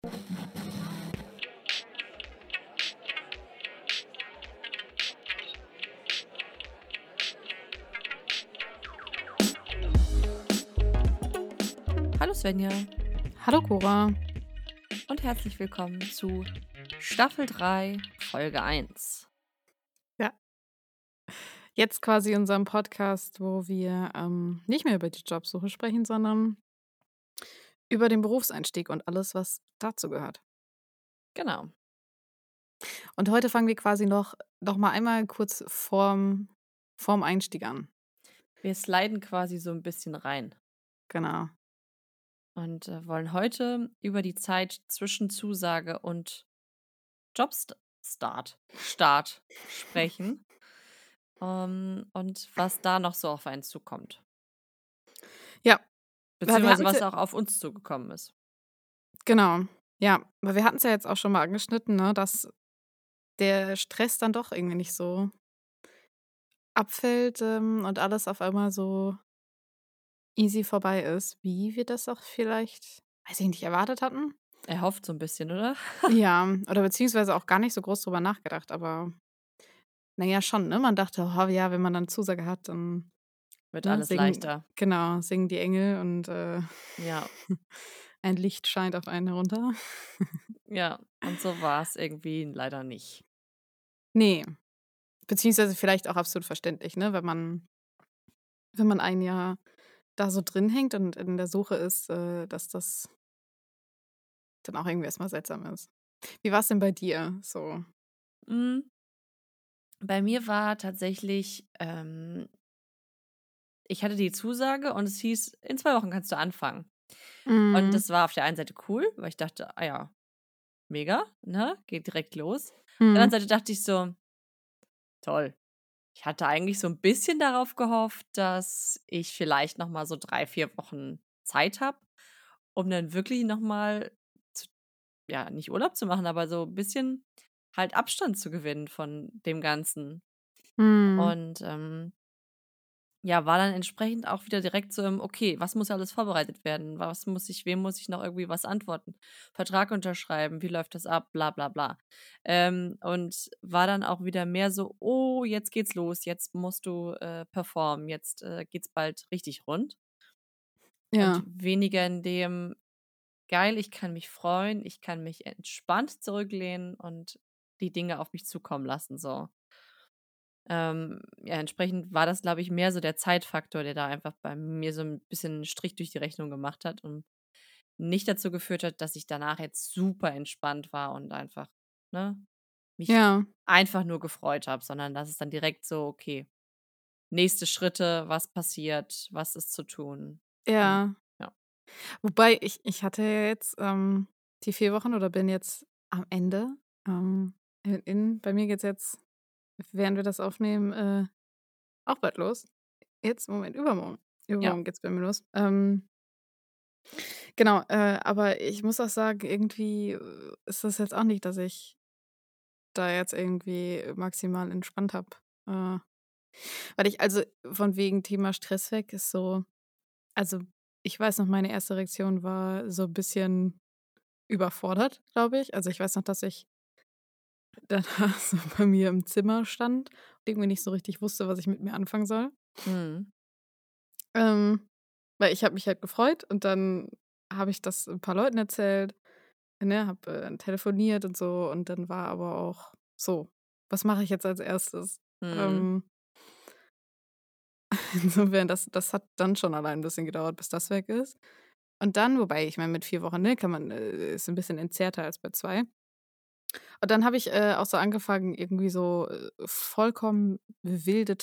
Hallo Svenja Hallo Cora. und herzlich willkommen zu Staffel 3, Folge 1. Ja, jetzt quasi unserem Podcast, wo wir nicht mehr über die Jobsuche sprechen, sondern über den Berufseinstieg und alles, was dazu gehört. Genau. Und heute fangen wir quasi noch mal einmal kurz vorm Einstieg an. Wir sliden quasi so ein bisschen rein Genau. und wollen heute über die Zeit zwischen Zusage und Start sprechen, und was da noch so auf einen zukommt, Ja, weil wir beziehungsweise hatten was es auch auf uns zugekommen ist. genau. Ja, weil wir hatten es ja jetzt auch schon mal angeschnitten, ne, dass der Stress dann doch irgendwie nicht so abfällt und alles auf einmal so easy vorbei ist, wie wir das auch vielleicht, weiß ich nicht, erwartet hatten. Er hofft so ein bisschen, oder? Ja, oder beziehungsweise auch gar nicht so groß drüber nachgedacht, aber na ja, schon, ne? Man dachte: „Oh ja, wenn man dann Zusage hat, dann, Wird ne, alles leichter. singen die Engel und, Ja, ein Licht scheint auf einen herunter.“ ja, und so war es irgendwie leider nicht. Ne, beziehungsweise vielleicht auch absolut verständlich, ne, wenn man ein Jahr da so drin hängt und in der Suche ist, dass das dann auch irgendwie erst mal seltsam ist. Wie war's denn bei dir so? Hm, bei mir war tatsächlich, ich hatte die Zusage und es hieß: „In 2 Wochen kannst du anfangen.“ Und Mhm. das war auf der einen Seite cool, weil ich dachte: „Ah ja, mega, ne, geht direkt los.“ Auf der Mhm. anderen Seite dachte ich so: „Toll.“ Ich hatte eigentlich so 'n bisschen darauf gehofft, dass ich vielleicht noch mal so 3, 4 Wochen Zeit habe, um dann wirklich noch mal zu ja, nicht Urlaub zu machen, aber so 'n bisschen halt Abstand zu gewinnen von dem Ganzen. Mhm. Und, ja, war dann entsprechend auch wieder direkt so im: „Okay, was muss alles vorbereitet werden? Was muss ich wem muss ich noch irgendwie was antworten? Vertrag unterschreiben, wie läuft das ab? Bla bla bla.“ Und war dann auch wieder mehr so: „Oh, jetzt geht's los, jetzt musst du, performen, jetzt, geht's bald richtig rund.“ Und Ja. weniger in dem: „Geil, ich kann mich freuen, ich kann mich entspannt zurücklehnen und die Dinge auf mich zukommen lassen“, so. Ja, entsprechend war das, glaube ich, mehr so der Zeitfaktor, der da einfach bei mir so 'n bisschen 'n Strich durch die Rechnung gemacht hat und nicht dazu geführt hat, dass ich danach jetzt super entspannt war und einfach, ne, mich Ja. einfach nur gefreut habe, sondern das ist dann direkt so: „Okay, nächste Schritte, was passiert, was ist zu tun?“ Und Ja. ja. Wobei ich hatte ja jetzt, die 4 Wochen oder bin jetzt am Ende. Bei mir geht's jetzt, während wir das aufnehmen, auch bald los. Jetzt, Moment, übermorgen. Ja. Übermorgen geht's bei mir los. Genau, aber ich muss auch sagen, irgendwie, ist das jetzt auch nicht, dass ich da jetzt irgendwie maximal entspannt habe. Äh, weil ich, also, von wegen Thema Stress weg ist so, also, ich weiß noch, meine erste Reaktion war so 'n bisschen überfordert, glaube ich. Also, ich weiß noch, dass ich dann so bei mir im Zimmer stand und irgendwie nicht so richtig wusste, was ich mit mir anfangen soll. Mhm. Ähm, weil ich habe mich halt gefreut und dann habe ich das 'n paar Leuten erzählt, ne, habe, telefoniert und so, und dann war aber auch so: „Was mache ich jetzt als Erstes?“ Mhm. Ähm, insofern, das hat dann schon allein 'n bisschen gedauert, bis das weg ist. Und dann, wobei, ich meine, mit 4 Wochen, ne, kann man ist 'n bisschen entzerrter als bei 2. Und dann habe ich, auch so angefangen, irgendwie so, vollkommen wilde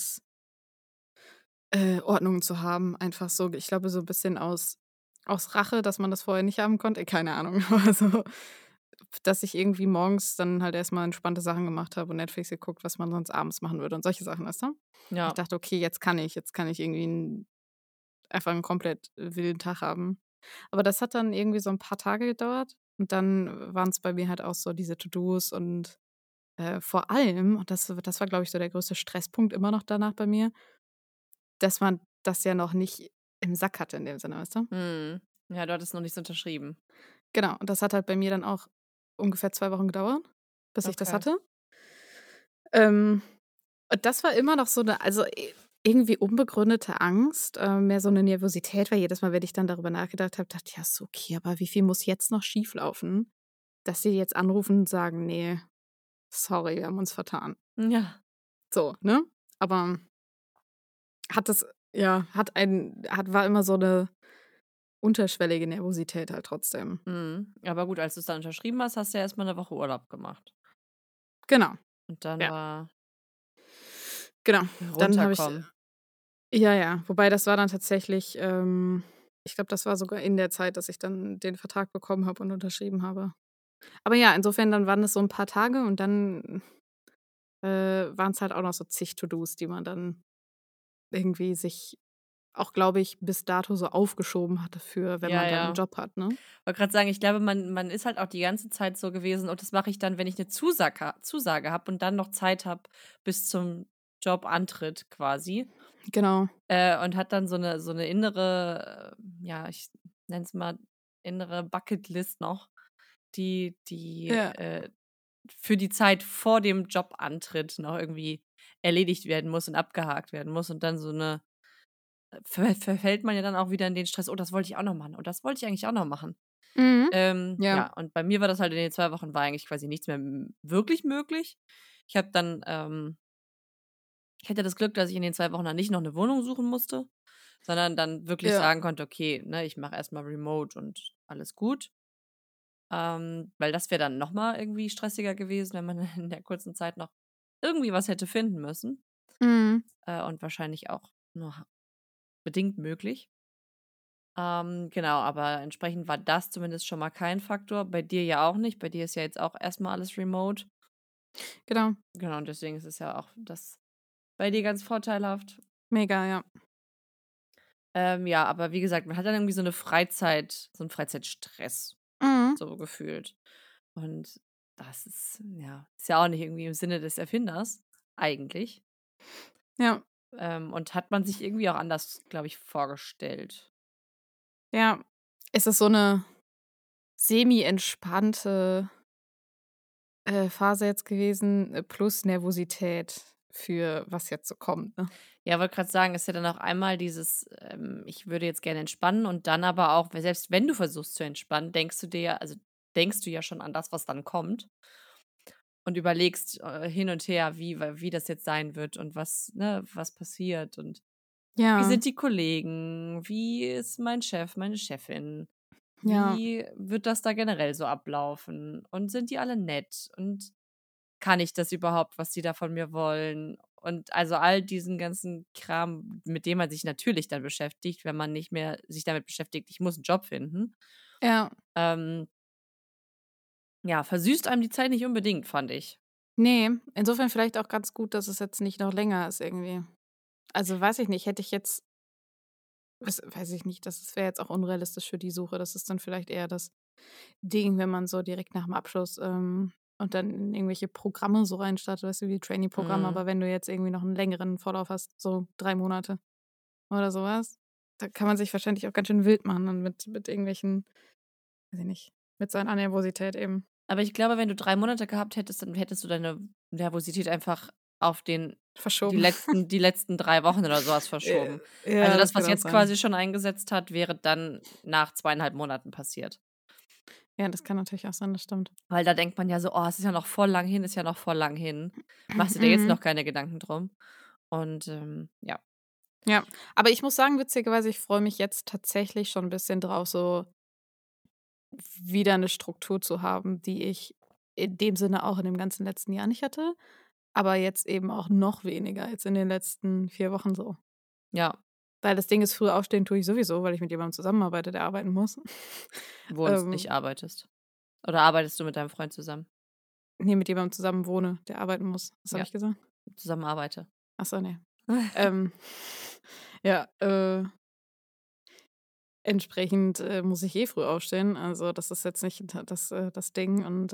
Ordnungen zu haben. Einfach so, ich glaube, so 'n bisschen aus Rache, dass man das vorher nicht haben konnte. Keine Ahnung, aber so, dass ich irgendwie morgens dann halt erst mal entspannte Sachen gemacht habe und Netflix geguckt, was man sonst abends machen würde und solche Sachen, weißt du? Ich Ja. dachte: „Okay, jetzt kann ich irgendwie einfach 'n komplett wilden Tag haben.“ Aber das hat dann irgendwie so 'n paar Tage gedauert und dann waren's bei mir halt auch so diese To-dos und, vor allem, und das war, glaube ich, so der größte Stresspunkt immer noch danach bei mir, dass man das ja noch nicht im Sack hatte in dem Sinne, weißt du? Mhm. Ja, du hattest noch nichts unterschrieben. Genau, und das hat halt bei mir dann auch ungefähr 2 Wochen gedauert, bis ich das Okay. hatte. Ähm, und das war immer noch so 'ne irgendwie unbegründete Angst, mehr so 'ne Nervosität, weil jedes Mal, wenn ich dann darüber nachgedacht habe, dachte ich: „Ja, ist okay, aber wie viel muss jetzt noch schieflaufen, dass sie jetzt anrufen und sagen: ‚Ne, sorry, wir haben uns vertan.'“ Ja. So, ne? Aber hat das ja, war immer so 'ne unterschwellige Nervosität halt trotzdem. Mhm. Aber gut, als du's dann unterschrieben hast, hast du ja erst mal 'ne Woche Urlaub gemacht. Genau, Und dann ja, war genau. Dann habe ich runterkommen. ja, ja, wobei das war dann tatsächlich, ich glaube, das war sogar in der Zeit, dass ich dann den Vertrag bekommen habe und unterschrieben habe. Aber ja, insofern dann waren das so 'n paar Tage und dann, waren's halt auch noch so zig To-dos, die man dann irgendwie sich auch, glaube ich, bis dato so aufgeschoben hatte für wenn Ja, man dann 'n ja. Job hat, ne? Wollte grad sagen, ich glaube, man ist halt auch die ganze Zeit so gewesen: „Und das mache ich dann, wenn ich 'ne Zusage habe und dann noch Zeit habe bis zum Jobantritt quasi.“ Genau. Und hat dann so 'ne innere, ja, ich nenne es mal innere Bucketlist noch, die Ja. für die Zeit vor dem Jobantritt noch irgendwie erledigt werden muss und abgehakt werden muss und dann so 'ne verfällt man ja dann auch wieder in den Stress: „Oh, das wollte ich auch noch machen und das wollte ich eigentlich auch noch machen.“ Mhm. Ja. Ja, und bei mir war das halt in den 2 Wochen war eigentlich quasi nichts mehr wirklich möglich. Ich habe dann ich hatte das Glück, dass ich in den 2 Wochen dann nicht noch 'ne Wohnung suchen musste, sondern dann wirklich Ja. sagen konnte: „Okay, ne, ich mache erst mal remote und alles gut.“ Weil das wäre dann noch mal irgendwie stressiger gewesen, wenn man in der kurzen Zeit noch irgendwie was hätte finden müssen, Mhm. und wahrscheinlich auch nur bedingt möglich. Genau, aber entsprechend war das zumindest schon mal kein Faktor. Bei dir ja auch nicht. Bei dir ist ja jetzt auch erst mal alles remote. Genau. Genau, und deswegen ist es ja auch das bei dir ganz vorteilhaft. Mega, ja. Ja, aber wie gesagt, man hat dann irgendwie so 'n Freizeitstress, Mhm. so gefühlt. Und das ist ja auch nicht irgendwie im Sinne des Erfinders eigentlich. Ja. Und hat man sich irgendwie auch anders, glaube ich, vorgestellt. Ja. Es ist so 'ne semi-entspannte, Phase jetzt gewesen, plus Nervosität für was jetzt so kommt, ne? Ja, wollte grad sagen, ist ja dann auch einmal dieses, ich würde jetzt gerne entspannen und dann aber auch, weil selbst wenn du versuchst zu entspannen, denkst du ja schon an das, was dann kommt und überlegst, hin und her, wie das jetzt sein wird und was passiert und wie Ja, sind die Kollegen? Wie ist mein Chef, meine Chefin? ja, Wie wird das da generell so ablaufen? Und sind die alle nett? Und kann ich das überhaupt, was die da von mir wollen? Und also all diesen ganzen Kram, mit dem man sich natürlich dann beschäftigt, wenn man nicht mehr sich damit beschäftigt, ich muss einen Job finden, ja. ähm, ja, versüßt einem die Zeit nicht unbedingt, fand ich. Ne, insofern vielleicht auch ganz gut, dass es jetzt nicht noch länger ist irgendwie. Also, weiß ich nicht, hätte ich jetzt weiß ich nicht, das wäre jetzt auch unrealistisch für die Suche. Das ist dann vielleicht eher das Ding, wenn man so direkt nach dem Abschluss, und dann in irgendwelche Programme so reinstartet, weißt du, wie Trainee-Programme, Mhm. aber wenn du jetzt irgendwie noch 'n längeren Vorlauf hast, so 3 Monate oder so was, da kann man sich wahrscheinlich auch ganz schön wild machen dann mit irgendwelchen weiß ich nicht, mit seiner Nervosität eben. Aber ich glaube, wenn du 3 Monate gehabt hättest, dann hättest du deine Nervosität einfach auf Verschoben. die letzten 3 Wochen oder so was verschoben. Also, Ja, das, das kann was auch jetzt sein. quasi schon eingesetzt hat, wäre dann nach 2,5 Monaten passiert. Ja, das kann natürlich auch sein, das stimmt. Weil da denkt man ja so: „Oh, es ist ja noch voll lang hin, ist ja noch voll lang hin. Machst du dir jetzt Mhm. noch keine Gedanken drum?“ Und, ja. Ja, aber ich muss sagen, witzigerweise, ich freue mich jetzt tatsächlich schon 'n bisschen drauf, so wieder 'ne Struktur zu haben, die ich in dem Sinne auch in dem ganzen letzten Jahr nicht hatte, aber jetzt eben auch noch weniger als in den letzten 4 Wochen so. Ja, Weil das Ding ist, früh aufstehen tue ich sowieso, weil ich mit jemandem zusammenarbeite, der arbeiten muss. wohnst, nicht Ähm, arbeitest. Oder arbeitest du mit deinem Freund zusammen? ne, mit jemandem zusamn wohne, der arbeiten muss. Was habe Ja, ich gesagt? zusammen arbeite. Ach so, ne. Ähm, ja, entsprechend, muss ich eh früh aufstehen. Also, das ist jetzt nicht das Ding und,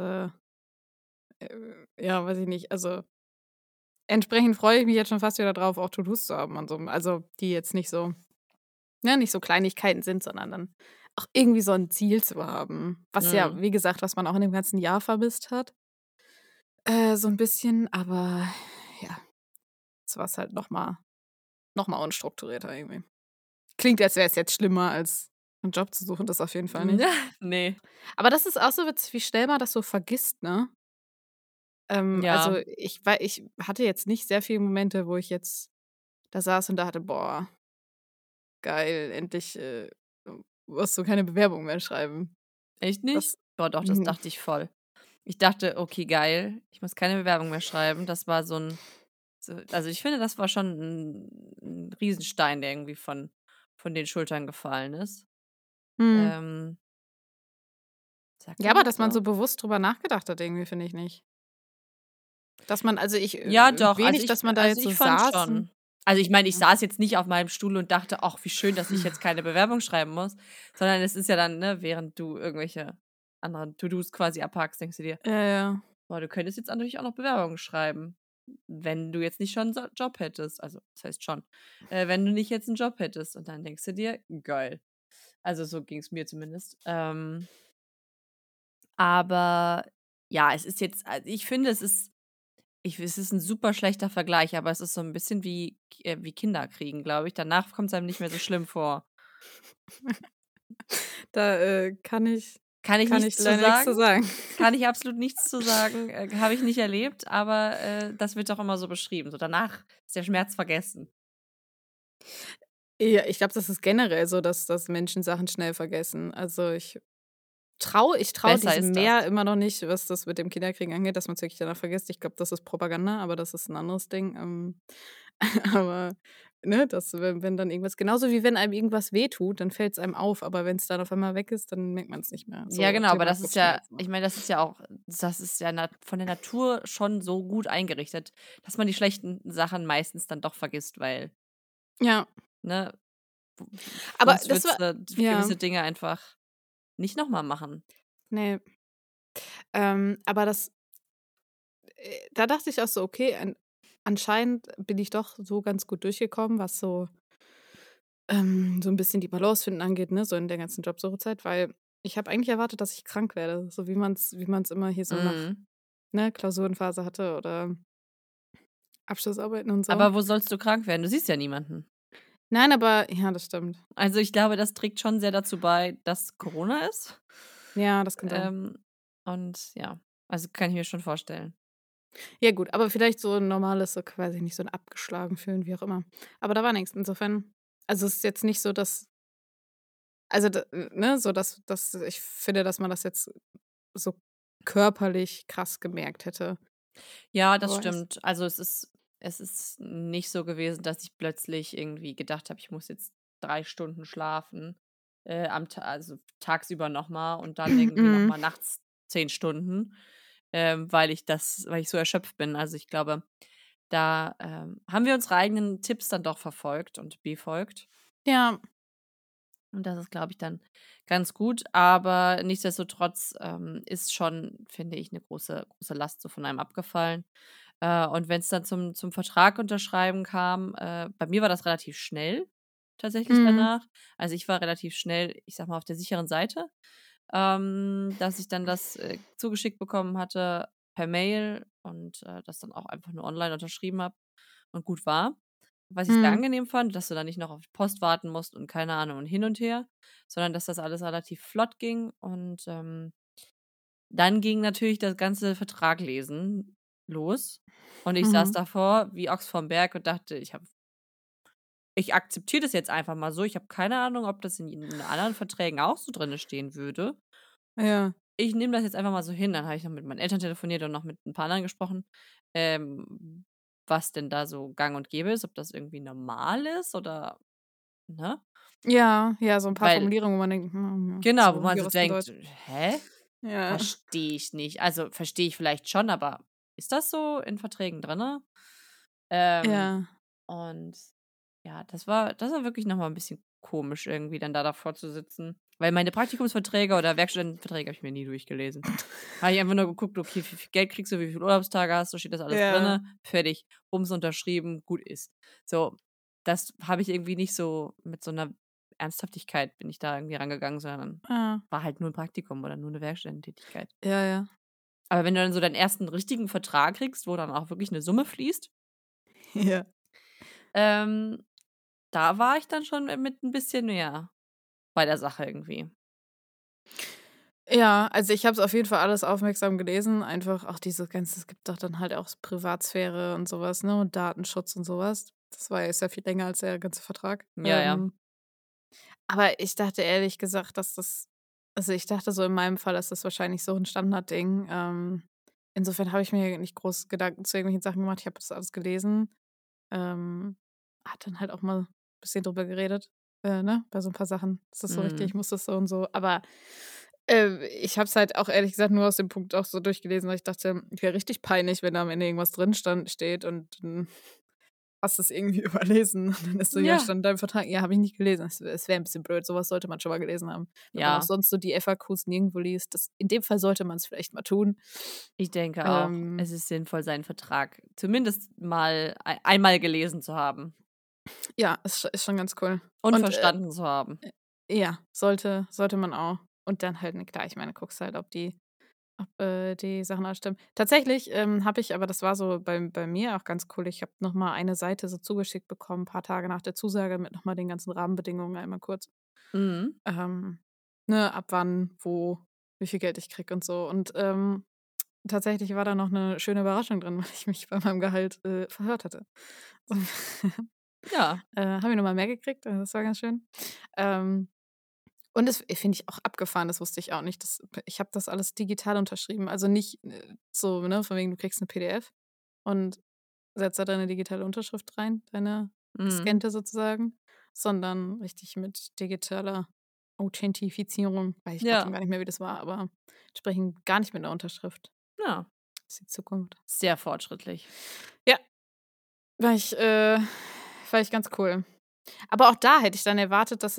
ja, weiß ich nicht. Also, entsprechend freue ich mich jetzt schon fast wieder drauf, auch To-dos zu haben und so. Also, die jetzt nicht so Kleinigkeiten sind, sondern dann auch irgendwie so ein Ziel zu haben, was ja, Mhm. wie gesagt, was man auch in dem ganzen Jahr vermisst hat, so ein bisschen, aber ja, jetzt war's halt noch mal unstrukturierter irgendwie. Klingt, als wäre es jetzt schlimmer, als 'n Job zu suchen, das auf jeden Fall nicht. Ne. Aber das ist auch so witzig, wie schnell man das so vergisst, ne? Ja, Also, ich hatte jetzt nicht sehr viele Momente, wo ich jetzt da saß und dachte: „Boah, geil, endlich, musst du keine Bewerbung mehr schreiben.“ echt nicht? Das Boah, doch, das mhm. dachte ich voll. Ich dachte: „Okay, geil, ich muss keine Bewerbung mehr schreiben.“ Das war also, ich finde, das war schon 'n Riesenstein, der irgendwie von den Schultern gefallen ist. Mhm. Ähm, sagt Ja, man aber das dass man so? so bewusst drüber nachgedacht hat irgendwie, finde ich nicht. Dass man also, ich Ja, doch, wenig, dass man da also, jetzt so ich fand saß und schon. Also, ich meine, ich ja. saß jetzt nicht auf meinem Stuhl und dachte: „Ach, wie schön, dass ich jetzt keine Bewerbung schreiben muss“, sondern es ist ja dann, ne, während du irgendwelche anderen To-dos quasi abhakst, denkst du dir: Ja, ja. „Boah, du könntest jetzt natürlich auch noch Bewerbungen schreiben, wenn du jetzt nicht schon 'n Job hättest.“ Also, das heißt schon, wenn du nicht jetzt 'n Job hättest und dann denkst du dir: „Geil.“ Also, so ging's mir zumindest. Aber ja, es ist jetzt ich finde, es ist 'n super schlechter Vergleich, aber es ist so 'n bisschen wie Kinder kriegen, glaube ich. Danach kommt's einem nicht mehr so schlimm vor. Da, Kann ich kann ich nichts zu leider nix zu sagen, sagen. kann ich absolut nichts zu sagen, habe ich nicht erlebt, aber, das wird doch immer so beschrieben. So danach ist der Schmerz vergessen. Ja, ich glaube, das ist generell so, dass Menschen Sachen schnell vergessen. Also, ich traue Besser diesem ist das. Mehr immer noch nicht, was das mit dem Kinderkriegen angeht, dass man's wirklich danach vergisst. Ich glaube, das ist Propaganda, aber das ist 'n anderes Ding. Aber, ne, dass wenn dann irgendwas genauso wie wenn einem irgendwas wehtut, dann fällt's einem auf, aber wenn's dann auf einmal weg ist, dann merkt man's nicht mehr. Ja, So genau, aber Thema das ist ja Kopfschmerzen. ich meine, das ist ja von der Natur schon so gut eingerichtet, dass man die schlechten Sachen meistens dann doch vergisst, weil, Ja, ne, aber sonst das würdest war du ja, gewisse Dinge einfach nicht noch mal machen. ne, aber da dachte ich auch so: „Okay, anscheinend bin ich doch so ganz gut durchgekommen, was so 'n bisschen die Balance finden angeht, ne, so in der ganzen Jobsuchezeit“, weil ich habe eigentlich erwartet, dass ich krank werde, so wie man's immer hier so nach, Mhm. ne, Klausurenphase hatte oder Abschlussarbeiten und so. Aber wo sollst du krank werden? Du siehst ja niemanden. Nein, aber ja, das stimmt. Also, ich glaube, das trägt schon sehr dazu bei, dass Corona ist. Ja, das kann sein. Ähm, und ja, also, kann ich mir schon vorstellen. Ja gut, aber vielleicht so 'n normales, so quasi nicht so 'n abgeschlagen fühlen, wie auch immer. Aber da war nix. Insofern also, es ist jetzt nicht so, dass also, ne, so dass ich finde, dass man das jetzt so körperlich krass gemerkt hätte. Ja, das Aber es stimmt. Also, es ist nicht so gewesen, dass ich plötzlich irgendwie gedacht habe, ich muss jetzt 3 Stunden schlafen, also, tagsüber noch mal und dann irgendwie noch mhm, mal nachts 10 Stunden, weil ich so erschöpft bin. Also, ich glaube, da, haben wir unsere eigenen Tipps dann doch verfolgt und befolgt. ja, Und das ist, glaube ich, dann ganz gut, aber nichtsdestotrotz, ist schon, finde ich, eine große Last so von einem abgefallen. Und wenn es dann zum Vertrag unterschreiben kam, bei mir war das relativ schnell tatsächlich mhm, danach. Also, ich war relativ schnell, ich sage mal, auf der sicheren Seite, dass ich dann das, zugeschickt bekommen hatte per Mail und, das dann auch einfach nur online unterschrieben habe und gut war. Was ich sehr mhm, angenehm fand, dass du dann nicht noch auf die Post warten musst und keine Ahnung und hin und her, sondern dass das alles relativ flott ging und, dann ging natürlich das ganze Vertraglesen los und ich saß mhm. davor wie Ochs vorm Berg und dachte: „Ich akzeptiere das jetzt einfach mal so. Ich habe keine Ahnung, ob das in anderen Verträgen auch so drinne stehen würde. Ja, Ich nehme das jetzt einfach mal so hin.“ Dann habe ich noch mit meinen Eltern telefoniert und noch mit ein paar anderen gesprochen, was denn da so gang und gäbe ist, ob das irgendwie normal ist oder ne? ja, ja, so 'n paar Weil Formulierungen, wo man denkt: ja, genau, wo so, man hier so was denkt: bedeutet. „Hä? Ja, Verstehe ich nicht.“ Also, verstehe ich vielleicht schon, aber ist das so in Verträgen drinne? Ähm, ja, und ja, das war wirklich noch mal 'n bisschen komisch irgendwie dann da davor zu sitzen, weil meine Praktikumsverträge oder Werkstudentenverträge habe ich mir nie durchgelesen. Habe ich einfach nur geguckt: „Okay, wie viel Geld kriegst du, wie viele Urlaubstage hast du, steht das alles ja. drinne? Fertig, bums unterschrieben, gut ist.“ So, das habe ich irgendwie nicht so mit so 'ner Ernsthaftigkeit bin ich da irgendwie rangegangen, sondern Ah, war halt nur 'n Praktikum oder nur 'ne Werkstudententätigkeit. ja, ja. Aber wenn du dann so deinen ersten richtigen Vertrag kriegst, wo dann auch wirklich 'ne Summe fließt, Ja. ähm, da war ich dann schon mit 'n bisschen mehr bei der Sache irgendwie. Ja, also ich habe es auf jeden Fall alles aufmerksam gelesen. Einfach auch diese ganze es gibt doch dann halt auch Privatsphäre und sowas, ne, und Datenschutz und sowas. Das war ja sehr viel länger als der ganze Vertrag. Ja, ja. Aber ich dachte ehrlich gesagt, dass das also ich dachte so in meinem Fall ist das wahrscheinlich so 'n Standardding. Insofern habe ich mir nicht groß Gedanken zu irgendwelchen Sachen gemacht. Ich habe das alles gelesen, ähm, habe dann halt auch mal 'n bisschen drüber geredet, ne, bei so 'n paar Sachen. Ist das so richtig? Mhm. Muss das so und so? Aber, ich habe es halt auch ehrlich gesagt nur aus dem Punkt auch so durchgelesen, weil ich dachte, wäre richtig peinlich, wenn da am Ende irgendwas drin steht und dann hast du's irgendwie überlesen. Und dann ist so: „Ja, Ja, stand in deinem Vertrag.“ Ja, habe ich nicht gelesen. Es wäre 'n bisschen blöd. So was sollte man schon mal gelesen haben. Wenn man auch ja, sonst so die FAQs nirgendwo liest. Das in dem Fall sollte man's vielleicht mal tun. ich denke auch. Ähm, Es ist sinnvoll, seinen Vertrag zumindest mal einmal gelesen zu haben ja, ist schon ganz cool. und Und, verstanden zu haben. ja, sollte man auch. Und dann halt, ne, klar, ich meine, guckst halt, ob die Sachen alles stimmen. Tatsächlich, habe ich aber das war so bei mir auch ganz cool, ich habe noch mal eine Seite so zugeschickt bekommen, paar Tage nach der Zusage mit noch mal den ganzen Rahmenbedingungen einmal kurz. Mhm. Ähm, ne, ab wann, wo, wie viel Geld ich kriege und so. Und, tatsächlich war da noch 'ne schöne Überraschung drin, weil ich mich bei meinem Gehalt, verhört hatte. So, Ja, habe ich noch mal mehr gekriegt, das war ganz schön. Ähm Und das finde ich auch abgefahren, das wusste ich auch nicht. Ich habe das alles digital unterschrieben. Also nicht, so, ne, von wegen, du kriegst 'ne PDF und setzt da deine digitale Unterschrift rein, deine mhm. gescannte sozusagen, sondern richtig mit digitaler Authentifizierung. Weiß ich grad schon Ja, gar nicht mehr, wie das war, aber entsprechend gar nicht mit 'ner Unterschrift. ja, Das ist die Zukunft. sehr fortschrittlich. Ja, war ich war ich ganz cool. Aber auch da hätte ich dann erwartet, dass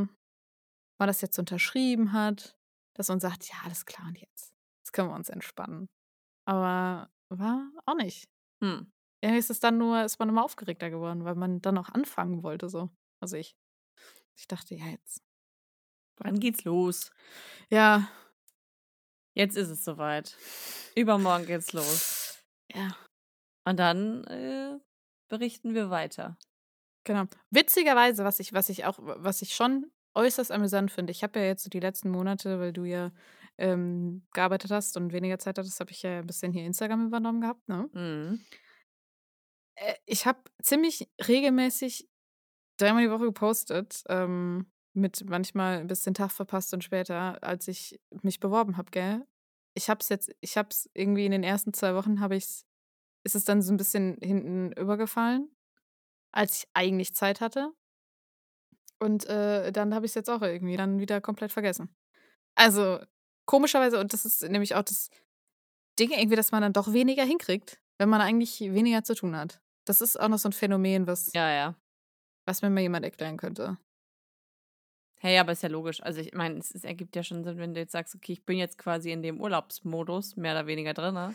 man das jetzt unterschrieben hat, dass man sagt: „Ja, alles klar und jetzt können wir uns entspannen.“ Aber war auch nicht. Hm. Irgendwie ist man immer aufgeregter geworden, weil man dann auch anfangen wollte so. Also ich. Ich dachte: „Ja, jetzt.“ Wann geht's los? Ja, Jetzt ist es soweit. Übermorgen geht's los. ja, Und dann, berichten wir weiter. genau. Witzigerweise, was ich schon äußerst amüsant finde, ich habe ja jetzt so die letzten Monate, weil du ja, gearbeitet hast und weniger Zeit hattest, habe ich ja 'n bisschen hier Instagram übernommen gehabt, ne? Mhm. Ich habe ziemlich regelmäßig dreimal die Woche gepostet, mit manchmal ein bisschen Tag verpasst und später, als ich mich beworben habe, gell? Ich habe es irgendwie in den ersten 2 Wochen habe ich's ist es dann so ein bisschen hinten übergefallen, als ich eigentlich Zeit hatte. Und, dann habe ich es jetzt auch irgendwie dann wieder komplett vergessen. Also, komischerweise und das ist nämlich auch das Ding irgendwie, dass man dann doch weniger hinkriegt, wenn man eigentlich weniger zu tun hat. Das ist auch noch so ein Phänomen, Ja, ja. was mir mal jemand erklären könnte. Hey, aber ist ja logisch. Also, ich meine, es ergibt ja schon Sinn, wenn du jetzt sagst: „Okay, ich bin jetzt quasi in dem Urlaubsmodus mehr oder weniger drinne“,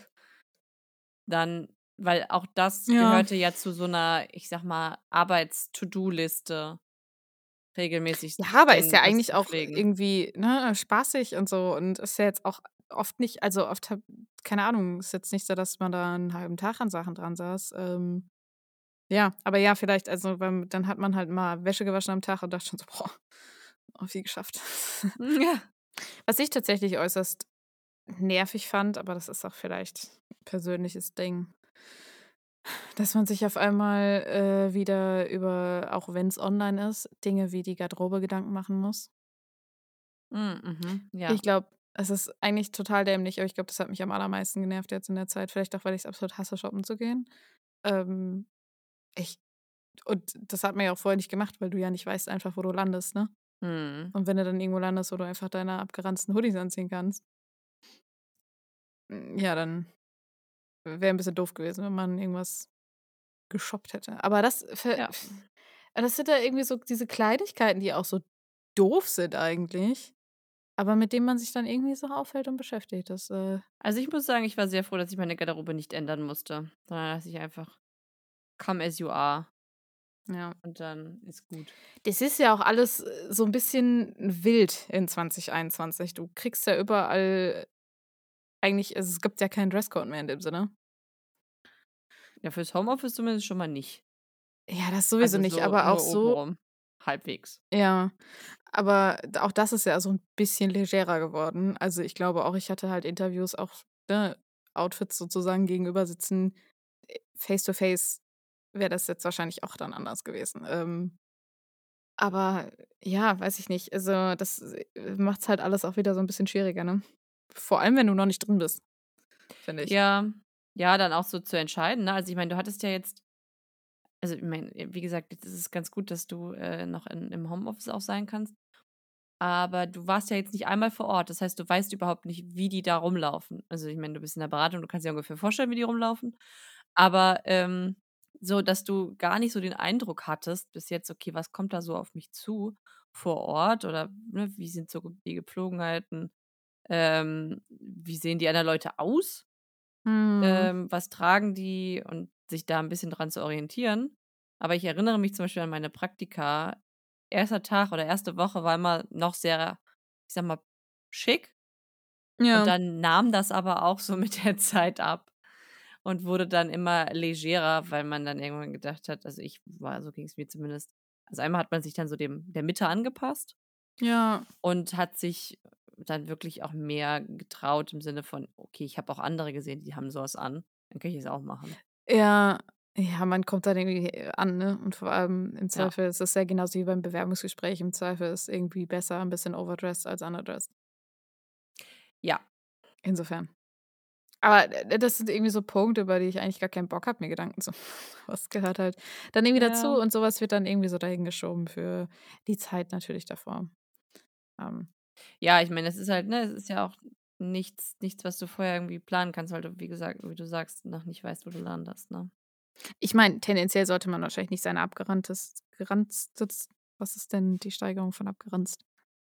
dann weil auch das Ja. gehörte ja zu so einer, ich sag mal, Arbeits-To-do-Liste, regelmäßig Ja, aber ist ja das eigentlich zu auch pflegen. irgendwie, ne, spaßig und so und ist ja jetzt auch oft nicht also, oft habe keine Ahnung, ist jetzt nicht so, dass man da 'n halben Tag an Sachen dran saß. Ja, aber ja, vielleicht also, dann hat man halt mal Wäsche gewaschen am Tag und dachte schon so: „Boah, auch viel geschafft.“ Ja. Was ich tatsächlich äußerst nervig fand, aber das ist auch vielleicht 'n persönliches Ding, dass man sich auf einmal, wieder über auch wenn's online ist, Dinge wie die Garderobe Gedanken machen muss. Mhm. Ich Ja. glaube, es ist eigentlich total dämlich, aber ich glaube, das hat mich am allermeisten genervt jetzt in der Zeit. Vielleicht auch, weil ich's absolut hasse, shoppen zu gehen. Ähm, ich und das hat man ja auch vorher nicht gemacht, weil du ja nicht weißt einfach, wo du landest, ne? Mhm. Und wenn du dann irgendwo landest, wo du einfach deine abgeranzten Hoodies anziehen kannst, ja, dann wäre 'n bisschen doof gewesen, wenn man irgendwas geshoppt hätte. Aber Ja. das sind ja irgendwie so diese Kleinigkeiten, die auch so doof sind eigentlich, aber mit denen man sich dann irgendwie so aufhält und beschäftigt. Also, ich muss sagen, ich war sehr froh, dass ich meine Garderobe nicht ändern musste, sondern dass ich einfach come as you are Ja. und dann ist gut. Das ist ja auch alles, so ein bisschen wild in 2021. Du kriegst ja überall eigentlich, also, es gibt ja keinen Dresscode mehr in dem Sinne. Ja, fürs Homeoffice zumindest schon mal nicht. Ja, das sowieso Also, nicht, so aber auch nur so, obenrum, halbwegs. ja, aber auch das ist ja so ein bisschen legerer geworden. Also, ich glaube auch, ich hatte halt Interviews auch, ne, Outfits sozusagen gegenüber sitzen. Face to face wäre das jetzt wahrscheinlich auch dann anders gewesen. Aber ja, weiß ich nicht. Also, das, macht's halt alles auch wieder so ein bisschen schwieriger, ne? Vor allem, wenn du noch nicht drin bist, finde ich. Ja, ja, dann auch so zu entscheiden, ne? Also, ich meine, du hattest ja jetzt also, ich meine, wie gesagt, jetzt ist es ganz gut, dass du, noch im Homeoffice auch sein kannst, aber du warst ja jetzt nicht einmal vor Ort. Das heißt, du weißt überhaupt nicht, wie die da rumlaufen. Also, ich meine, du bist in der Beratung, du kannst dir ungefähr vorstellen, wie die rumlaufen, aber, so, dass du gar nicht so den Eindruck hattest bis jetzt: „Okay, was kommt da so auf mich zu vor Ort oder, ne, wie sind so die Gepflogenheiten? Wie sehen die anderen Leute aus?“ Mhm. was tragen die und sich da ein bisschen dran zu orientieren. Aber ich erinnere mich zum Beispiel an meine Praktika. Erster Tag oder erste Woche war immer noch sehr, ich sage mal, schick und Ja, dann nahm das aber auch so mit der Zeit ab und wurde dann immer legerer, weil man dann irgendwann gedacht hat also, ich war so ging es mir zumindest also, einmal hat man sich dann so dem der Mitte angepasst ja, und hat sich dann wirklich auch mehr getraut im Sinne von: „Okay, ich habe auch andere gesehen, die haben so was an, dann kann ich es auch machen.“ ja. Ja, man kommt dann irgendwie, an, ne? Und vor allem im Ja. Zweifel ist es ja genauso wie beim Bewerbungsgespräch. Im Zweifel ist irgendwie besser ein bisschen overdressed als underdressed. Ja, Insofern. Aber, das sind irgendwie so Punkte, über die ich eigentlich gar keinen Bock habe, mir Gedanken zu was gehört halt dann irgendwie dazu ja. und so was wird dann irgendwie so dahingeschoben für die Zeit natürlich davor. Ähm, Ja, ich meine, es ist halt ne, es ist ja auch nichts, was du vorher irgendwie planen kannst, weil du, wie gesagt wie du sagst, noch nicht weißt, wo du landest, ne? Ich meine, tendenziell sollte man wahrscheinlich nicht seine geranztes, was ist denn die Steigerung von abgeranzt?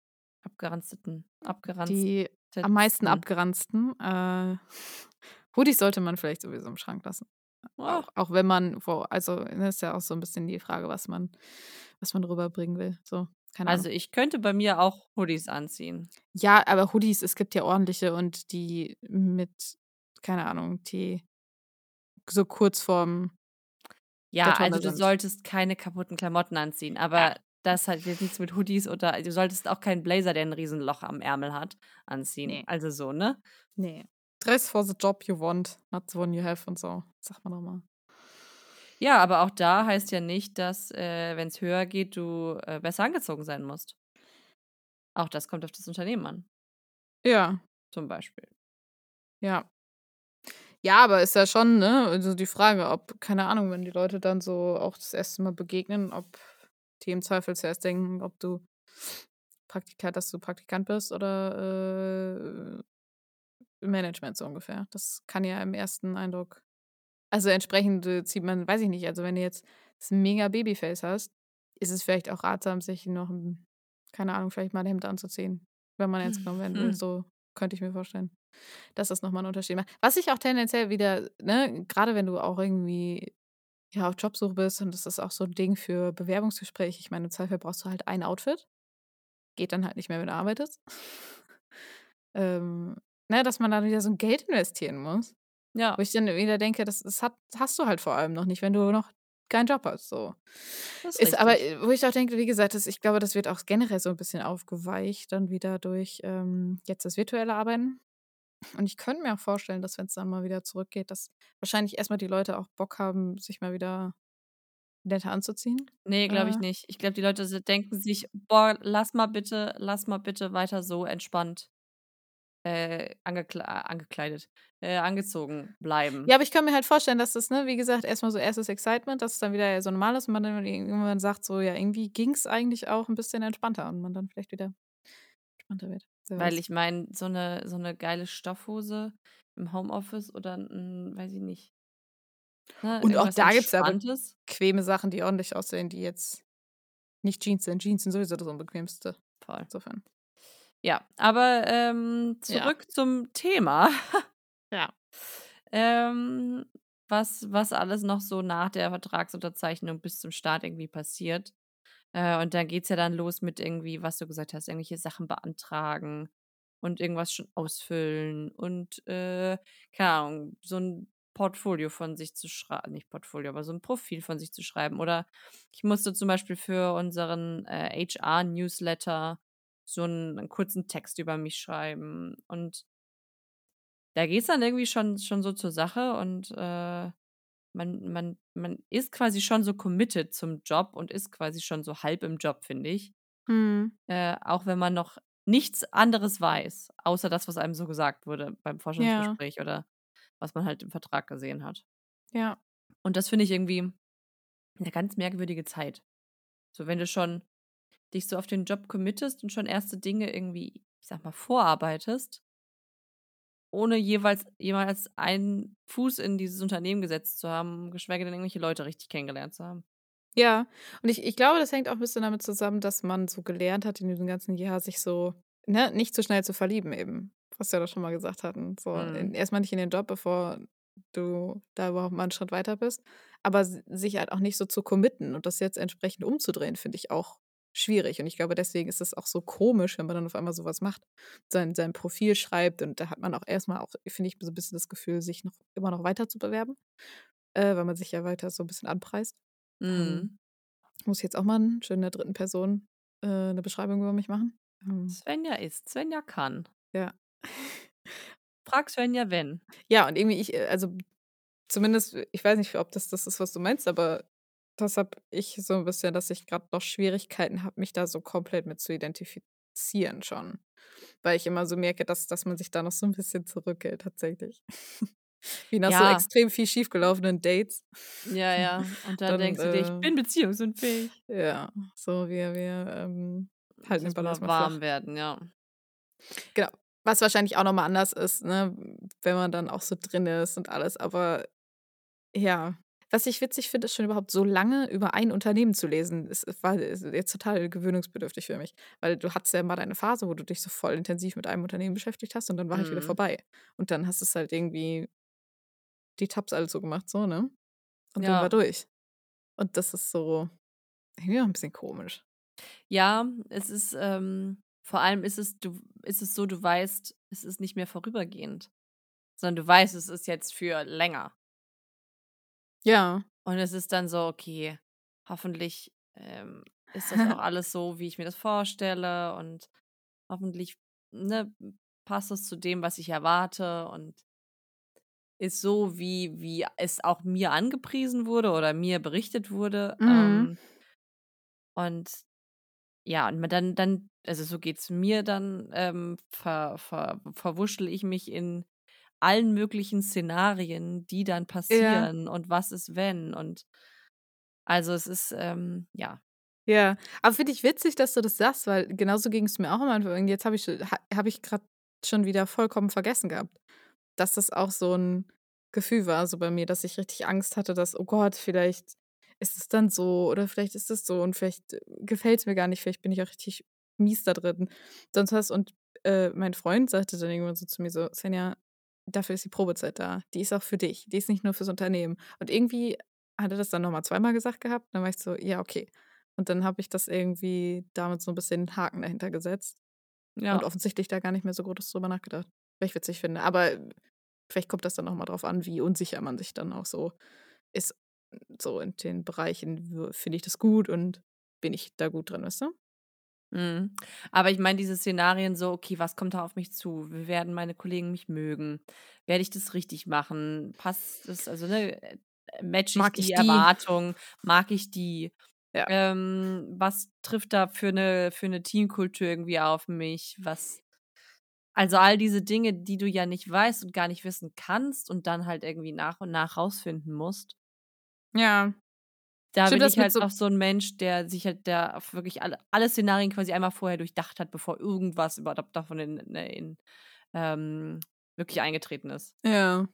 Die am meisten abgeranztesten. abgeranzten, Hoodies sollte man vielleicht sowieso im Schrank lassen. Ah, Auch wenn man also, ne, ist ja auch so 'n bisschen die Frage, was man rüberbringen will, so, keine Ahnung. also, ich könnte bei mir auch Hoodies anziehen. Ja, aber Hoodies, es gibt ja ordentliche und die mit, keine Ahnung, die so kurz vorm der Ja, also, Tonne du sind. solltest keine kaputten Klamotten anziehen, Ja, aber das hat jetzt nichts mit Hoodies oder du solltest auch keinen Blazer, der 'n Riesenloch am Ärmel hat, anziehen. ne, Also, so, ne? ne. Dress for the job you want, not the one you have und so, sagt man doch mal. Ja, aber auch da heißt ja nicht, dass, wenn's höher geht, du, besser angezogen sein musst. Auch das kommt auf das Unternehmen an, Ja, zum Beispiel. ja. Ja, aber ist ja schon, ne, also die Frage, ob, keine Ahnung, wenn die Leute dann so auch das erste Mal begegnen, ob die im Zweifel zuerst denken, ob du dass du Praktikant bist oder, Management so ungefähr. Das kann ja im ersten Eindruck, also entsprechend, zieht man, weiß ich nicht, also wenn du jetzt das mega Babyface hast, ist es vielleicht auch ratsam, sich noch 'n, keine Ahnung, vielleicht mal 'n Hemd anzuziehen, wenn man ernst genommen werden will. So könnte ich mir vorstellen, dass das noch mal 'n Unterschied macht. Was ich auch tendenziell wieder, ne, grade wenn du auch irgendwie, ja, auf Jobsuche bist und das ist auch so 'n Ding für Bewerbungsgespräche. Ich meine, im Zweifel brauchst du halt ein Outfit, geht dann halt nicht mehr, wenn du arbeitest. Ähm, ne, dass man dann wieder so 'n Geld investieren muss. Wo Ja, ich dann wieder denke, das hast du halt vor allem noch nicht, wenn du noch keinen Job hast, so. das ist Ist aber, richtig. wo ich auch denke, wie gesagt, ich glaube, das wird auch generell so 'n bisschen aufgeweicht dann wieder durch, jetzt das virtuelle Arbeiten. Und ich könnte mir auch vorstellen, dass wenn's dann mal wieder zurückgeht, dass wahrscheinlich erst mal die Leute auch Bock haben, sich mal wieder netter anzuziehen. Ne, glaube ich Äh, nicht. Ich glaube, die Leute denken sich: „Boah, lass mal bitte weiter so entspannt, angekleidet, angezogen bleiben.“ ja, aber ich kann mir halt vorstellen, dass das, ne, wie gesagt, erst mal so erstes Excitement, dass es dann wieder so normal ist und man dann irgendwann sagt so: „Ja, irgendwie ging's eigentlich auch 'n bisschen entspannter“ und man dann vielleicht wieder entspannter wird. Wer Weil weiß. ich meine, so 'ne geile Stoffhose im Homeoffice oder 'n weiß ich nicht, ne, Und auch irgendwas da gibt's ja Entspanntes. bequeme Sachen, die ordentlich aussehen, die jetzt nicht Jeans sind. Jeans sind sowieso das Unbequemste. Voll. Insofern. Ja, aber, Ja. zurück zum Thema. Ja. Ähm, was alles noch so nach der Vertragsunterzeichnung bis zum Start irgendwie passiert. Und dann geht's ja dann los mit irgendwie, was du gesagt hast, irgendwelche Sachen beantragen und irgendwas schon ausfüllen und, keine Ahnung, so ein Portfolio von sich zu schreiben, nicht Portfolio, aber so ein Profil von sich zu schreiben. Oder ich musste zum Beispiel für unseren, HR-Newsletter so einen kurzen Text über mich schreiben. Und da geht's dann irgendwie schon so zur Sache und, man ist quasi schon so committed zum Job und ist quasi schon so halb im Job, finde ich. Mhm. Auch wenn man noch nichts anderes weiß, außer das, was einem so gesagt wurde beim Ja, Vorstellungsgespräch oder was man halt im Vertrag gesehen hat. ja. Und das finde ich irgendwie 'ne ganz merkwürdige Zeit. So, wenn du schon dich so auf den Job committest und schon erste Dinge irgendwie, ich sage mal, vorarbeitest, ohne jemals einen Fuß in dieses Unternehmen gesetzt zu haben, geschweige denn irgendwelche Leute richtig kennengelernt zu haben. Ja, und ich glaube, das hängt auch 'n bisschen damit zusammen, dass man so gelernt hat in diesem ganzen Jahr, sich so, ne, nicht so schnell zu verlieben eben, was wir doch schon mal gesagt hatten. So, Mhm. erst mal nicht in den Job, bevor du da überhaupt mal 'n Schritt weiter bist, aber sich halt auch nicht so zu committen und das jetzt entsprechend umzudrehen, finde ich auch schwierig. Und ich glaube, deswegen ist es auch so komisch, wenn man dann auf einmal so was macht, sein Profil schreibt und da hat man auch erst mal auch, finde ich, so 'n bisschen das Gefühl, sich noch immer noch weiter zu bewerben, weil man sich ja weiter so 'n bisschen anpreist. Ähm Mhm. Muss ich jetzt auch mal schön in der dritten Person, 'ne Beschreibung über mich machen. Svenja ist, Svenja kann. Ja. Frag Svenja, wenn. Ja, und irgendwie also zumindest ich weiß nicht, ob das ist, was du meinst, aber das habe ich so 'n bisschen, dass ich grad noch Schwierigkeiten habe, mich da so komplett mit zu identifizieren schon. Weil ich immer so merke, dass man sich da noch so 'n bisschen zurückhält tatsächlich. Wie nach so Ja, extrem viel schiefgelaufenen Dates. ja, ja. Und dann Dann, denkst du dir: „Ich bin beziehungsunfähig.“ ja, so wir, Muss halten den erst Ball mal erst mal warm flach. werden, ja. Genau. Was wahrscheinlich auch noch mal anders ist, ne, wenn man dann auch so drin ist und alles. Aber ja, was ich witzig finde, ist schon überhaupt so lange über ein Unternehmen zu lesen. Es war ist jetzt total gewöhnungsbedürftig für mich, weil du hattest ja mal deine Phase, wo du dich so voll intensiv mit einem Unternehmen beschäftigt hast und dann war halt wieder Mhm. vorbei. Und dann hast du's halt irgendwie die Tabs alle zugemacht so, ne? Und dann war Ja. durch. Und das ist so irgendwie auch 'n bisschen komisch. Ja, es ist, vor allem ist es so, du weißt, es ist nicht mehr vorübergehend, sondern du weißt, es ist jetzt für länger. Ja, Und es ist dann so: „Okay, hoffentlich, ist das auch alles so, wie ich mir das vorstelle und hoffentlich, ne, passt es zu dem, was ich erwarte und ist so, wie es auch mir angepriesen wurde oder mir berichtet wurde.“ mhm. Und ja, und dann also, so geht's mir dann, verwurstle ich mich in allen möglichen Szenarien, die dann Ja. passieren und was ist, wenn und also, es ist, ja. Ja, aber finde ich witzig, dass du das sagst, weil genauso ging's mir auch am Anfang. Und jetzt habe ich grad schon wieder vollkommen vergessen gehabt, dass das auch so 'n Gefühl war so bei mir, dass ich richtig Angst hatte, dass: „Oh Gott, vielleicht ist es dann so oder vielleicht ist es so und vielleicht, gefällt's mir gar nicht, vielleicht bin ich auch richtig mies da drin.“ Sonst was und, mein Freund sagte dann irgendwann so zu mir so: „Svenja, dafür ist die Probezeit da. Die ist auch für dich. Die ist nicht nur fürs Unternehmen.“ Und irgendwie hat er das dann noch mal zweimal gesagt gehabt. Dann war ich so: „Ja, okay.“ Und dann habe ich das irgendwie damit so 'n bisschen 'n Haken dahinter gesetzt und Ja. offensichtlich da gar nicht mehr so groß drüber nachgedacht, was ich witzig finde. Aber vielleicht kommt das dann noch mal drauf an, wie unsicher man sich dann auch so ist, so in den Bereichen, w finde ich das gut und bin ich da gut drin, weißt du? Mhm. Aber ich meine, diese Szenarien so: „Okay, was kommt da auf mich zu? Wie werden meine Kollegen mich mögen? Werde ich das richtig machen? Passt es also, ne, matche ich Mag die ich die? Erwartung? Mag ich die? Ja. Was trifft da für 'ne Teamkultur irgendwie auf mich? Was also, all diese Dinge, die du ja nicht weißt und gar nicht wissen kannst und dann halt irgendwie nach und nach rausfinden musst. Ja. Da Stimmt bin das ich mit halt so auch so 'n Mensch, der sich halt da auf wirklich alle Szenarien quasi einmal vorher durchdacht hat, bevor irgendwas überhaupt davon ähm, wirklich eingetreten ist. ja.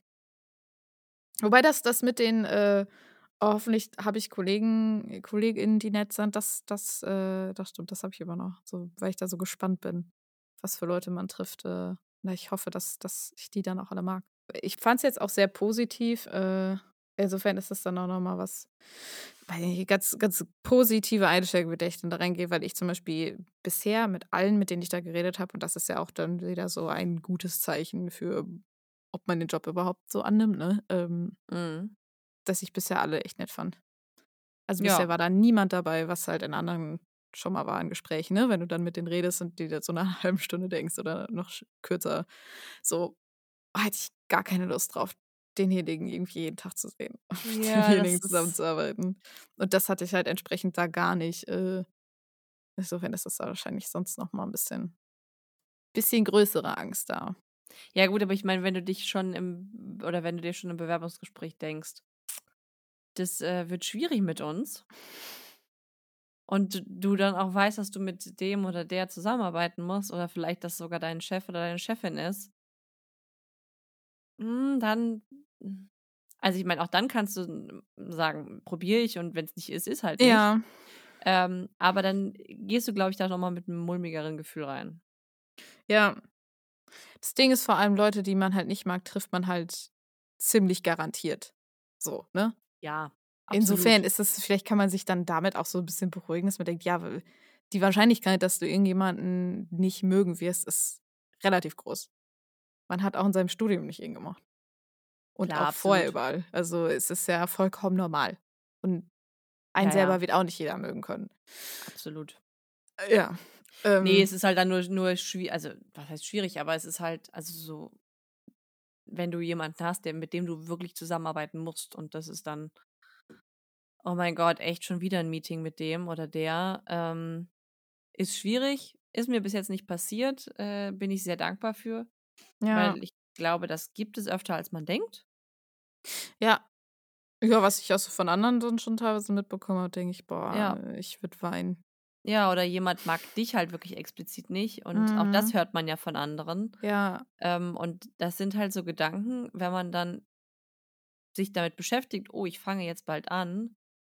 Wobei das mit den, hoffentlich habe ich KollegInnen, die nett sind, das stimmt, das habe ich immer noch, so weil ich da so gespannt bin, was für Leute man trifft. Na, ich hoffe, dass ich die dann auch alle mag. Ich fand es jetzt auch sehr positiv, insofern ist das dann auch noch mal was, weil ich ganz ganz positive Einstellung, mit der ich dann da reingehe, weil ich zum Beispiel bisher mit allen, mit denen ich da geredet habe, und das ist ja auch dann wieder so ein gutes Zeichen für, ob man den Job überhaupt so annimmt, ne, Mhm. dass ich bisher alle echt nett fand. Also, bisher Ja. war da niemand dabei, was halt in anderen schon mal war in Gesprächen, ne? Wenn du dann mit denen redest und dir da so 'ne halben Stunde denkst oder noch kürzer, so: hätte ich gar keine Lust drauf, denjenigen irgendwie jeden Tag zu sehen und mit Ja, das demjenigen ist zusammenzuarbeiten. Und das hatte ich halt entsprechend da gar nicht. Insofern ist das da wahrscheinlich sonst noch mal 'n bisschen größere Angst da. ja gut, aber ich meine, wenn du dich schon oder wenn du dir schon im Bewerbungsgespräch denkst: „Das, wird schwierig mit uns" und du dann auch weißt, dass du mit dem oder der zusammenarbeiten musst oder vielleicht das sogar dein Chef oder deine Chefin ist, dann also, ich meine, auch dann kannst du sagen: „Probiere ich" und wenn es nicht ist, ist halt nicht. Ja, Aber dann gehst du, glaube ich, da noch mal mit 'nem mulmigeren Gefühl rein. ja. Das Ding ist vor allem, Leute, die man halt nicht mag, trifft man halt ziemlich garantiert. So, ne? Ja, Insofern absolut. ist es, vielleicht kann man sich dann damit auch so 'n bisschen beruhigen, dass man denkt: „Ja, die Wahrscheinlichkeit, dass du irgendjemanden nicht mögen wirst, ist relativ groß." Man hat auch in seinem Studium nicht jeden gemocht und Klar, auch vorher absolut. überall. Also, es ist ja vollkommen normal. Und einen Ja, ja, selber wird auch nicht jeder mögen können. absolut. Ja, Ne, es ist halt dann nur also, was heißt schwierig, aber es ist halt also, so, wenn du jemanden hast, mit dem du wirklich zusammenarbeiten musst und das ist dann: „Oh mein Gott, echt schon wieder ein Meeting mit dem oder der", ist schwierig. Ist mir bis jetzt nicht passiert, bin ich sehr dankbar für, ja, weil ich glaube, das gibt es öfter, als man denkt. ja. Ja, was ich auch so von anderen dann schon teilweise mitbekommen habe, denke ich: „Boah, Ja. ich würde weinen." Ja, oder jemand mag dich halt wirklich explizit nicht und auch das Mhm. hört man ja von anderen. Ja, Und das sind halt so Gedanken, wenn man dann sich damit beschäftigt: „Oh, ich fange jetzt bald an",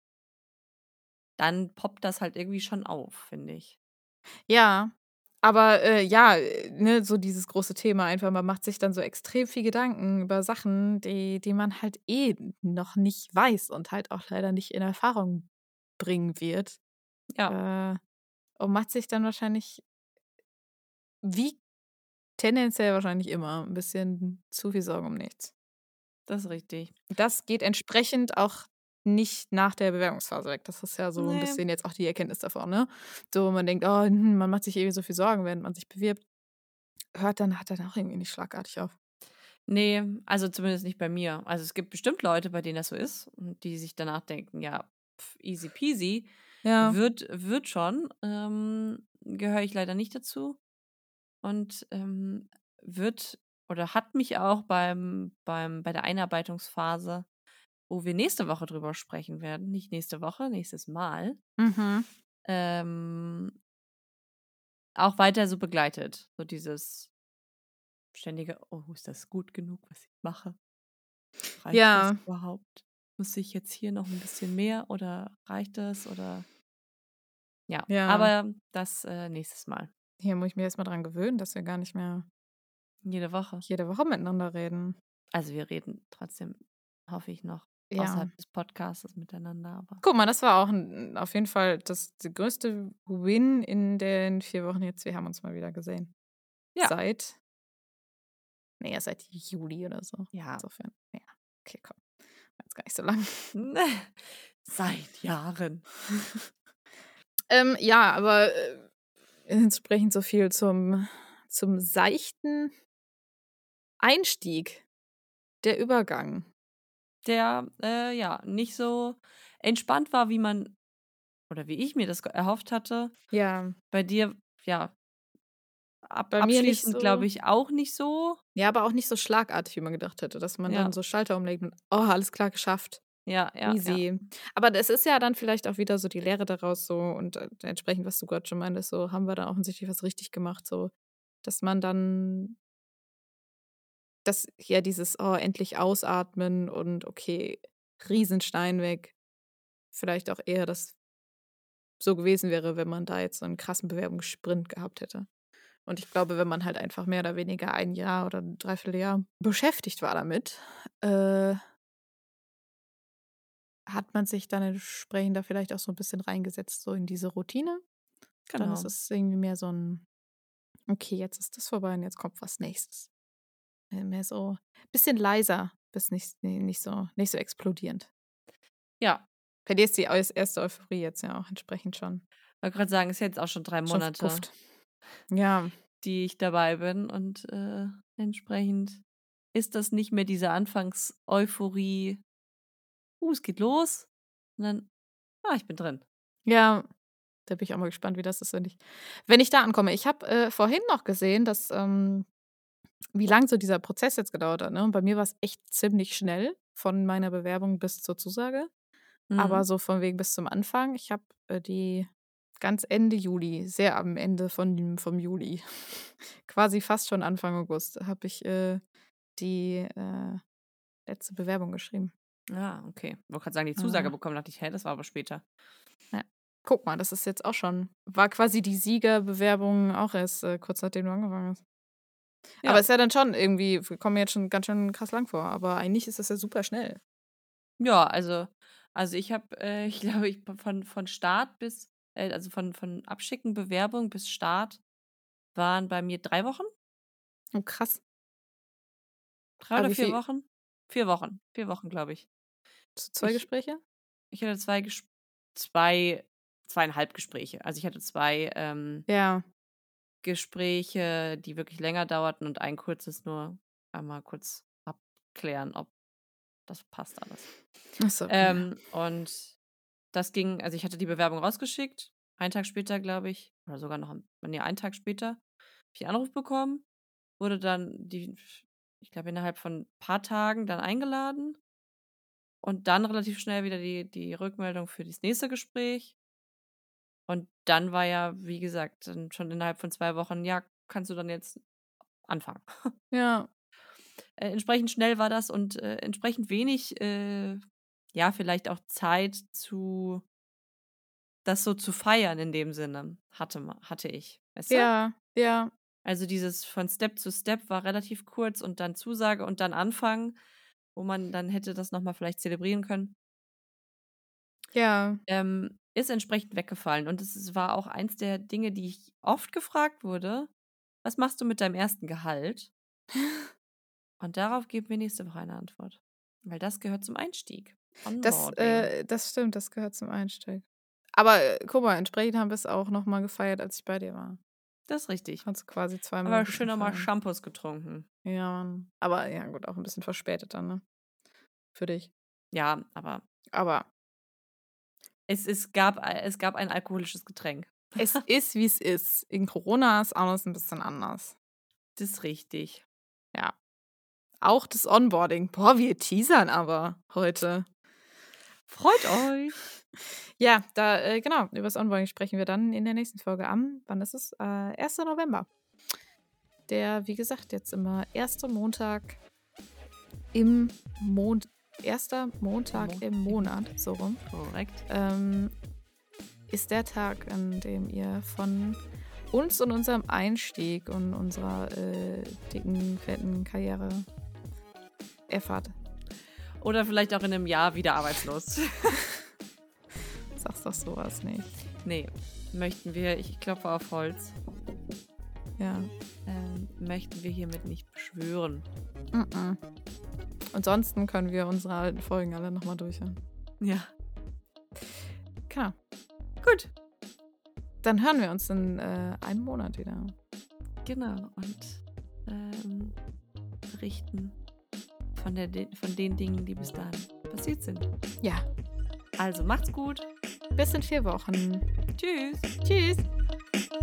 dann poppt das halt irgendwie schon auf, finde ich. ja. Aber, ja, ne, so dieses große Thema einfach, man macht sich dann so extrem viel Gedanken über Sachen, die man halt eh noch nicht weiß und halt auch leider nicht in Erfahrung bringen wird. Ja, Äh, und macht sich dann wahrscheinlich, wie tendenziell wahrscheinlich immer, 'n bisschen zu viel Sorgen um nichts. das ist richtig. Das geht entsprechend auch nicht nach der Bewerbungsphase weg. Das ist ja so 'n Ne, bisschen jetzt auch die Erkenntnis davon, ne? So, man denkt: „Oh, man macht sich irgendwie so viel Sorgen, während man sich bewirbt." Hat dann auch irgendwie nicht schlagartig auf. ne, also zumindest nicht bei mir. Also, es gibt bestimmt Leute, bei denen das so ist und die sich danach denken: „Ja, easy peasy, Ja. wird schon." Gehöre ich leider nicht dazu und, wird oder hat mich auch bei der Einarbeitungsphase, wo wir nächste Woche drüber sprechen werden, nicht nächste Woche, nächstes Mal, Mhm. ähm, auch weiter so begleitet. So dieses ständige: „Oh, ist das gut genug, was ich mache? Reicht das Ja, überhaupt? Muss ich jetzt hier noch ein bisschen mehr oder reicht das?" Oder ja, ja. aber das, nächstes Mal. Hier muss ich mich erst mal dran gewöhnen, dass wir gar nicht mehr Jede Woche. jede Woche miteinander reden. Also, wir reden trotzdem, hoffe ich, noch Ja. außerhalb des Podcasts miteinander, aber Guck mal, das war auch 'n auf jeden Fall der größte Win in den 4 Wochen jetzt. Wir haben uns mal wieder gesehen. ja, Seit ne, seit Juli oder so. ja, Insofern, ja, okay, komm, war jetzt gar nicht so lang. seit Jahren. Ja, aber, entsprechend so viel zum seichten Einstieg, der Übergang. Der, ja, nicht so entspannt war, wie man oder wie ich mir das erhofft hatte. Ja, Bei dir, ja, bei mir nicht abschließend glaube so. ich auch nicht so. Ja, aber auch nicht so schlagartig, wie man gedacht hätte, dass man dann Ja, so Schalter umlegt und: „Oh, alles klar, geschafft. ja, ja, ja. Easy." Aber das ist ja dann vielleicht auch wieder so die Lehre daraus so und, entsprechend, was du grad schon meintest, so haben wir da offensichtlich was richtig gemacht, so, dass man dann das ja dieses: „Oh, endlich ausatmen" und okay, Riesenstein weg, vielleicht auch eher das so gewesen wäre, wenn man da jetzt so 'n krassen Bewerbungssprint gehabt hätte. Und ich glaube, wenn man halt einfach mehr oder weniger ein Jahr oder 'n Dreivierteljahr beschäftigt war damit, äh hat man sich dann entsprechend da vielleicht auch so ein bisschen reingesetzt, so in diese Routine. Dann ist Genau. es irgendwie mehr so ein, okay, jetzt ist das vorbei und jetzt kommt was Nächstes. Mehr so ein bisschen leiser, bis nicht so explodierend. Ja, Bei dir ist die erste Euphorie jetzt ja auch entsprechend wollte gerade sagen, ist jetzt auch schon 3 schon Monate, verpufft. Ja, die ich dabei bin und, entsprechend ist das nicht mehr diese Anfangs-Euphorie: es geht los“, sondern: ich bin drin.“ ja, da bin ich auch mal gespannt, wie das ist, wenn ich da ankomme. Ich habe, vorhin noch gesehen, dass, wie lang so dieser Prozess jetzt gedauert hat, ne? Und bei mir war es echt ziemlich schnell von meiner Bewerbung bis zur Zusage. Aber Mhm. so von wegen bis zum Anfang. Ich habe, die ganz Ende Juli, sehr am Ende vom Juli, quasi fast schon Anfang August, habe ich, die, letzte Bewerbung geschrieben. Okay. Wollte gerade sagen, die Zusage Äh, bekommen, dachte ich: „Hä, das war aber später.“ ja. Guck mal, das ist jetzt auch schon war quasi die Siegerbewerbung auch erst, kurz nachdem du angefangen hast. Aber Ja. ist ja dann schon irgendwie kommt mir jetzt schon ganz schön krass lang vor, aber eigentlich ist das ja super schnell. Ja, also ich habe, ich glaube, ich von Start bis also von Abschicken Bewerbung bis Start waren bei mir 3 Wochen? Oh, krass. 3 Aber oder wie 4 viel Wochen? 4 Wochen. 4 Wochen, glaube ich. so 2 Ich Gespräche? ich hatte 2 zweieinhalb Gespräche. Also, ich hatte 2 Ja. Gespräche, die wirklich länger dauerten und ein kurzes nur einmal kurz abklären, ob das passt alles. Ach so, okay. Und das ging also, ich hatte die Bewerbung rausgeschickt. Einen Tag später, glaube ich, oder sogar noch einen Tag später, habe ich 'n Anruf bekommen, wurde dann ich glaube, innerhalb von ein paar Tagen dann eingeladen und dann relativ schnell wieder die Rückmeldung für das nächste Gespräch. Und dann war ja, wie gesagt, dann schon innerhalb von 2 Wochen: „Ja, kannst du dann jetzt anfangen?“ Ja. Entsprechend schnell war das und, entsprechend wenig, ja, vielleicht auch Zeit das so zu feiern in dem Sinne hatte ich, weißt du? Ja, ja, Also, dieses von Step zu Step war relativ kurz und dann Zusage und dann Anfang, wo man dann hätte das noch mal vielleicht zelebrieren können, ja. ist entsprechend weggefallen. Und war auch eins der Dinge, die ich oft gefragt wurde: „Was machst du mit deinem ersten Gehalt?“ Und darauf geben wir nächste Woche eine Antwort, weil das gehört zum Einstieg. Onboarding. Das stimmt, das gehört zum Einstieg. Aber, guck mal, entsprechend haben wir's auch noch mal gefeiert, als ich bei dir war. Das ist richtig. Konntest du quasi zweimal 'n Aber schön bisschen noch mal feiern. Shampoos getrunken. Ja, Mann. Aber ja gut, auch 'n bisschen verspätet dann, ne, für dich. Ja, aber Aber es gab ein alkoholisches Getränk. es ist, wie's ist. In Corona ist alles 'n bisschen anders. Das ist richtig. Ja. Auch das Onboarding. Boah, wir teasern aber heute. Freut euch. Ja, da genau, übers Onboarding sprechen wir dann in der nächsten Folge wann ist es? 1. November. Der, wie gesagt, jetzt immer im Mond erster Montag Mo im Monat, so rum, Korrekt. ähm, ist der Tag, an dem ihr von uns und unserem Einstieg und unserer, dicken, fetten Karriere erfahrt. Oder vielleicht auch in 'nem Jahr wieder arbeitslos. Sagst doch so was nicht. Ne, möchten wir ich klopfe auf Holz, Ja. möchten wir hiermit nicht beschwören. Mm-mm. Ansonsten können wir unsere alten Folgen alle noch mal durchhören. Ja, Genau. gut. Dann hören wir uns in, einem Monat wieder. Genau und, berichten von den Dingen, die bis dahin passiert sind. Ja, Also, macht's gut. bis in 4 Wochen. Tschüss. Tschüss.